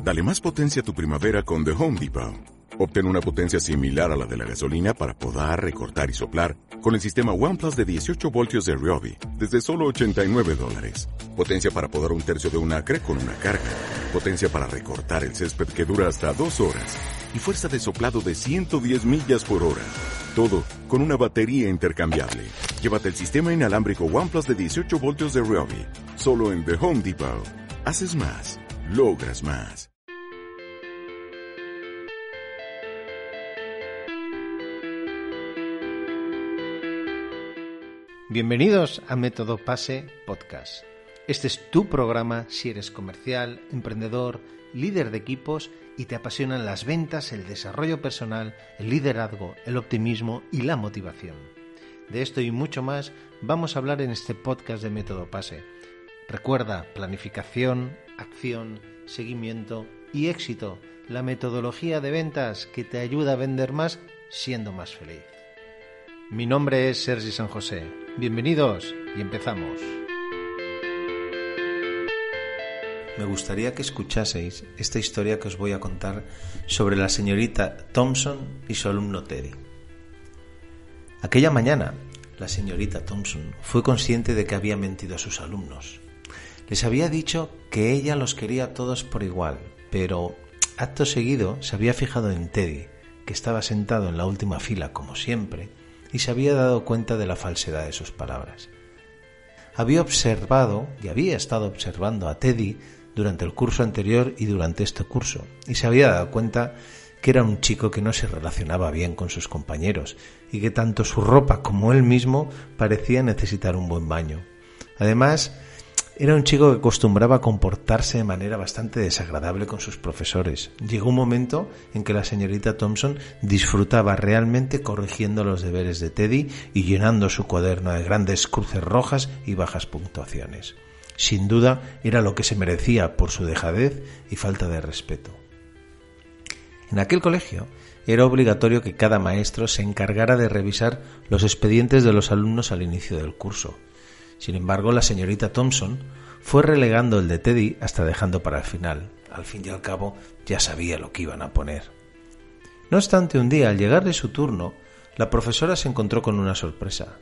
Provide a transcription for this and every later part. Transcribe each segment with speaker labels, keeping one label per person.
Speaker 1: Dale más potencia a tu primavera con The Home Depot. Obtén una potencia similar a la de la gasolina para podar, recortar y soplar con el sistema OnePlus de 18 voltios de Ryobi desde solo $89. Potencia para podar un tercio de un acre con una carga. Potencia para recortar el césped que dura hasta 2 horas. Y fuerza de soplado de 110 millas por hora. Todo con una batería intercambiable. Llévate el sistema inalámbrico OnePlus de 18 voltios de Ryobi. Solo en The Home Depot. Haces más. Logras más.
Speaker 2: Bienvenidos a Método PASE Podcast. Este es tu programa si eres comercial, emprendedor, líder de equipos y te apasionan las ventas, el desarrollo personal, el liderazgo, el optimismo y la motivación. De esto y mucho más vamos a hablar en este podcast de Método PASE. Recuerda, planificación, acción, seguimiento y éxito, la metodología de ventas que te ayuda a vender más siendo más feliz. Mi nombre es Sergi San José. Bienvenidos y empezamos. Me gustaría que escuchaseis esta historia que os voy a contar sobre la señorita Thompson y su alumno Teddy. Aquella mañana, la señorita Thompson fue consciente de que había mentido a sus alumnos. Les había dicho que ella los quería a todos por igual, pero acto seguido se había fijado en Teddy, que estaba sentado en la última fila como siempre, y se había dado cuenta de la falsedad de sus palabras. Había estado observando a Teddy durante el curso anterior y durante este curso, y se había dado cuenta que era un chico que no se relacionaba bien con sus compañeros y que tanto su ropa como él mismo parecían necesitar un buen baño. Además, era un chico que acostumbraba a comportarse de manera bastante desagradable con sus profesores. Llegó un momento en que la señorita Thompson disfrutaba realmente corrigiendo los deberes de Teddy y llenando su cuaderno de grandes cruces rojas y bajas puntuaciones. Sin duda era lo que se merecía por su dejadez y falta de respeto. En aquel colegio era obligatorio que cada maestro se encargara de revisar los expedientes de los alumnos al inicio del curso. Sin embargo, la señorita Thompson fue relegando el de Teddy hasta dejando para el final. Al fin y al cabo, ya sabía lo que iban a poner. No obstante, un día, al llegar de su turno, la profesora se encontró con una sorpresa.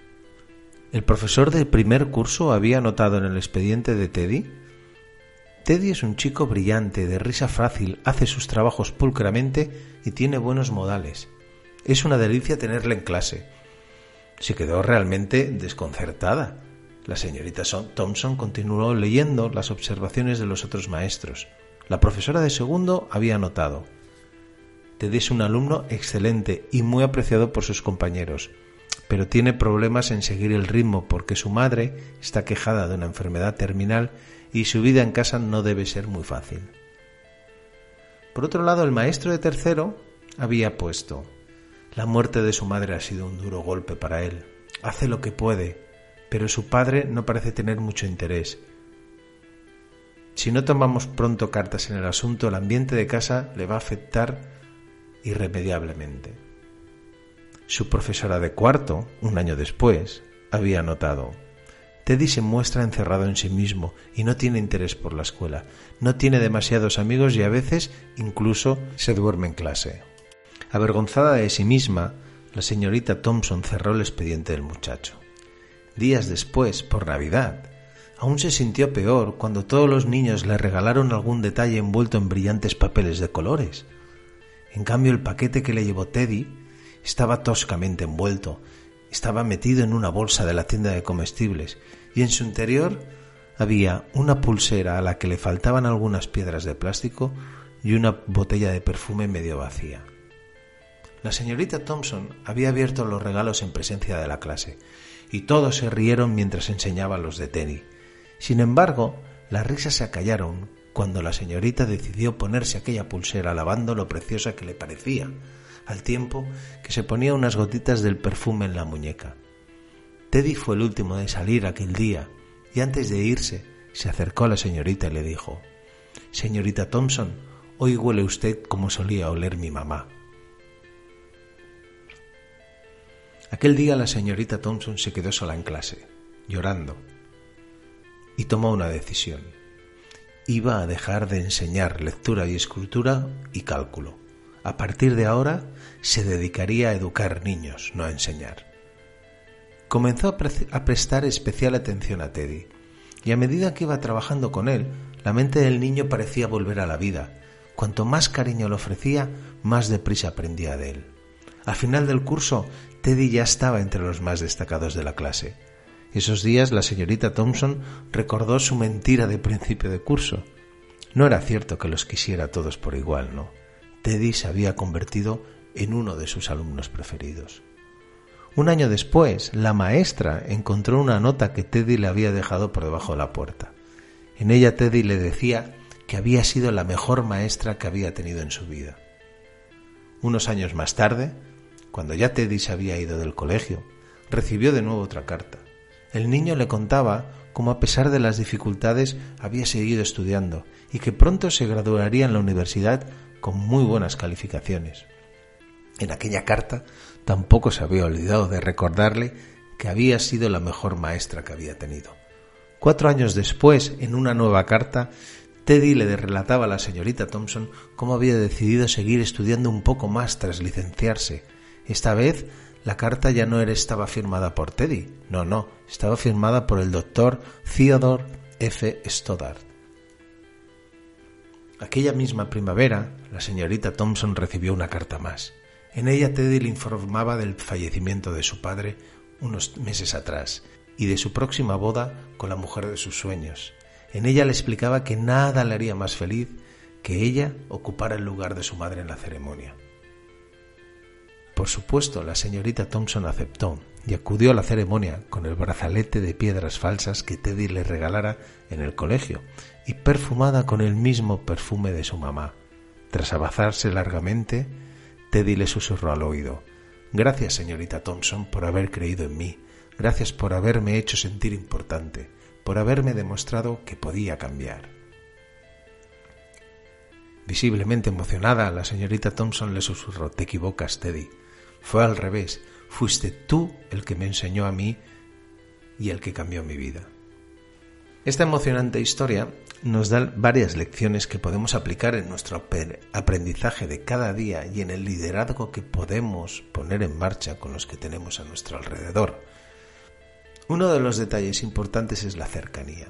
Speaker 2: El profesor del primer curso había notado en el expediente de Teddy: Teddy es un chico brillante, de risa fácil, hace sus trabajos pulcramente y tiene buenos modales. Es una delicia tenerle en clase. Se quedó realmente desconcertada. La señorita Thompson continuó leyendo las observaciones de los otros maestros. La profesora de segundo había notado: Teddy es un alumno excelente y muy apreciado por sus compañeros, pero tiene problemas en seguir el ritmo porque su madre está quejada de una enfermedad terminal y su vida en casa no debe ser muy fácil. Por otro lado, el maestro de tercero había puesto: la muerte de su madre ha sido un duro golpe para él. Hace lo que puede, pero su padre no parece tener mucho interés. Si no tomamos pronto cartas en el asunto, el ambiente de casa le va a afectar irremediablemente. Su profesora de cuarto, un año después, había notado: Teddy se muestra encerrado en sí mismo y no tiene interés por la escuela. No tiene demasiados amigos y a veces incluso se duerme en clase. Avergonzada de sí misma, la señorita Thompson cerró el expediente del muchacho. Días después, por Navidad, aún se sintió peor cuando todos los niños le regalaron algún detalle envuelto en brillantes papeles de colores. En cambio, el paquete que le llevó Teddy estaba toscamente envuelto, estaba metido en una bolsa de la tienda de comestibles y en su interior había una pulsera a la que le faltaban algunas piedras de plástico y una botella de perfume medio vacía. La señorita Thompson había abierto los regalos en presencia de la clase y todos se rieron mientras enseñaba los de Teddy. Sin embargo, las risas se acallaron cuando la señorita decidió ponerse aquella pulsera lavando lo preciosa que le parecía, al tiempo que se ponía unas gotitas del perfume en la muñeca. Teddy fue el último de salir aquel día y antes de irse se acercó a la señorita y le dijo: «Señorita Thompson, hoy huele usted como solía oler mi mamá». Aquel día la señorita Thompson se quedó sola en clase, llorando, y tomó una decisión. iba a dejar de enseñar lectura y escritura y cálculo. A partir de ahora se dedicaría a educar niños, no a enseñar. Comenzó a prestar especial atención a Teddy, y a medida que iba trabajando con él, la mente del niño parecía volver a la vida. Cuanto más cariño le ofrecía, más deprisa aprendía de él. Al final del curso, Teddy ya estaba entre los más destacados de la clase. Esos días la señorita Thompson recordó su mentira de principio de curso. No era cierto que los quisiera a todos por igual, ¿no? Teddy se había convertido en uno de sus alumnos preferidos. Un año después, la maestra encontró una nota que Teddy le había dejado por debajo de la puerta. En ella Teddy le decía que había sido la mejor maestra que había tenido en su vida. Unos años más tarde, cuando ya Teddy se había ido del colegio, recibió de nuevo otra carta. El niño le contaba cómo a pesar de las dificultades había seguido estudiando y que pronto se graduaría en la universidad con muy buenas calificaciones. En aquella carta tampoco se había olvidado de recordarle que había sido la mejor maestra que había tenido. 4 años después, en una nueva carta, Teddy le relataba a la señorita Thompson cómo había decidido seguir estudiando un poco más tras licenciarse. Esta vez la carta ya no estaba firmada por Teddy, no, estaba firmada por el doctor Theodore F. Stoddard. Aquella misma primavera, la señorita Thompson recibió una carta más. En ella Teddy le informaba del fallecimiento de su padre unos meses atrás y de su próxima boda con la mujer de sus sueños. En ella le explicaba que nada le haría más feliz que ella ocupara el lugar de su madre en la ceremonia. Por supuesto, la señorita Thompson aceptó y acudió a la ceremonia con el brazalete de piedras falsas que Teddy le regalara en el colegio y perfumada con el mismo perfume de su mamá. Tras abrazarse largamente, Teddy le susurró al oído: «Gracias, señorita Thompson, por haber creído en mí. Gracias por haberme hecho sentir importante, por haberme demostrado que podía cambiar». Visiblemente emocionada, la señorita Thompson le susurró: «Te equivocas, Teddy. Fue al revés. Fuiste tú el que me enseñó a mí y el que cambió mi vida». Esta emocionante historia nos da varias lecciones que podemos aplicar en nuestro aprendizaje de cada día y en el liderazgo que podemos poner en marcha con los que tenemos a nuestro alrededor. Uno de los detalles importantes es la cercanía.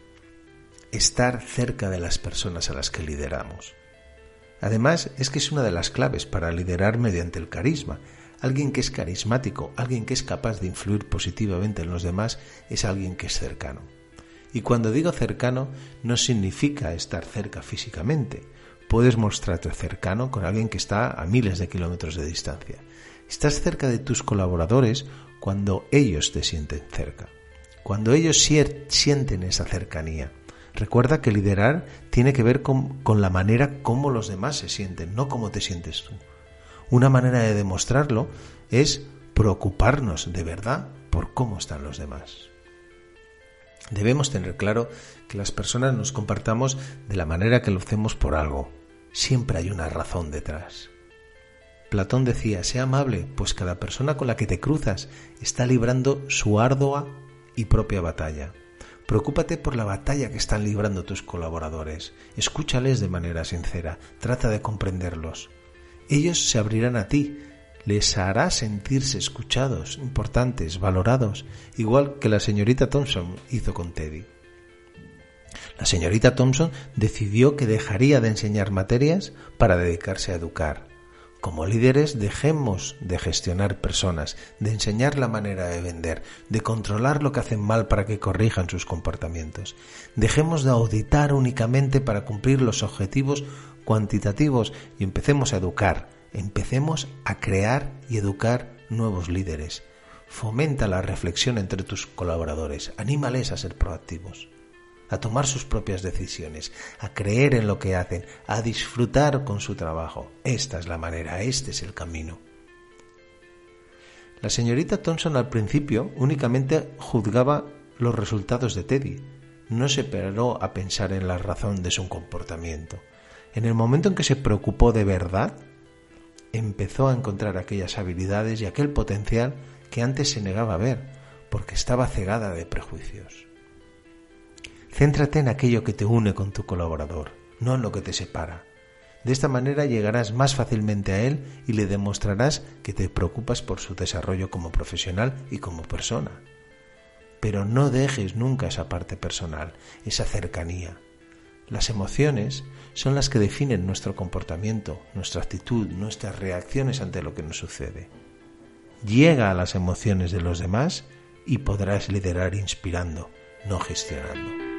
Speaker 2: Estar cerca de las personas a las que lideramos. Además, es que es una de las claves para liderar mediante el carisma. Alguien que es carismático, alguien que es capaz de influir positivamente en los demás, es alguien que es cercano. Y cuando digo cercano, no significa estar cerca físicamente. Puedes mostrarte cercano con alguien que está a miles de kilómetros de distancia. Estás cerca de tus colaboradores cuando ellos te sienten cerca, cuando ellos sienten esa cercanía. Recuerda que liderar tiene que ver con la manera como los demás se sienten, no cómo te sientes tú. Una manera de demostrarlo es preocuparnos de verdad por cómo están los demás. Debemos tener claro que las personas nos comportamos de la manera que lo hacemos por algo. Siempre hay una razón detrás. Platón decía: sé amable, pues cada persona con la que te cruzas está librando su ardua y propia batalla. Preocúpate por la batalla que están librando tus colaboradores. Escúchales de manera sincera, trata de comprenderlos. Ellos se abrirán a ti, les hará sentirse escuchados, importantes, valorados, igual que la señorita Thompson hizo con Teddy. La señorita Thompson decidió que dejaría de enseñar materias para dedicarse a educar. Como líderes, dejemos de gestionar personas, de enseñar la manera de vender, de controlar lo que hacen mal para que corrijan sus comportamientos. Dejemos de auditar únicamente para cumplir los objetivos cuantitativos y empecemos a educar, empecemos a crear y educar nuevos líderes. Fomenta la reflexión entre tus colaboradores, anímales a ser proactivos, a tomar sus propias decisiones, a creer en lo que hacen, a disfrutar con su trabajo. Esta es la manera, este es el camino. La señorita Thompson al principio únicamente juzgaba los resultados de Teddy. No se paró a pensar en la razón de su comportamiento. En el momento en que se preocupó de verdad, empezó a encontrar aquellas habilidades y aquel potencial que antes se negaba a ver, porque estaba cegada de prejuicios. Céntrate en aquello que te une con tu colaborador, no en lo que te separa. De esta manera llegarás más fácilmente a él y le demostrarás que te preocupas por su desarrollo como profesional y como persona. Pero no dejes nunca esa parte personal, esa cercanía. Las emociones son las que definen nuestro comportamiento, nuestra actitud, nuestras reacciones ante lo que nos sucede. Llega a las emociones de los demás y podrás liderar inspirando, no gestionando.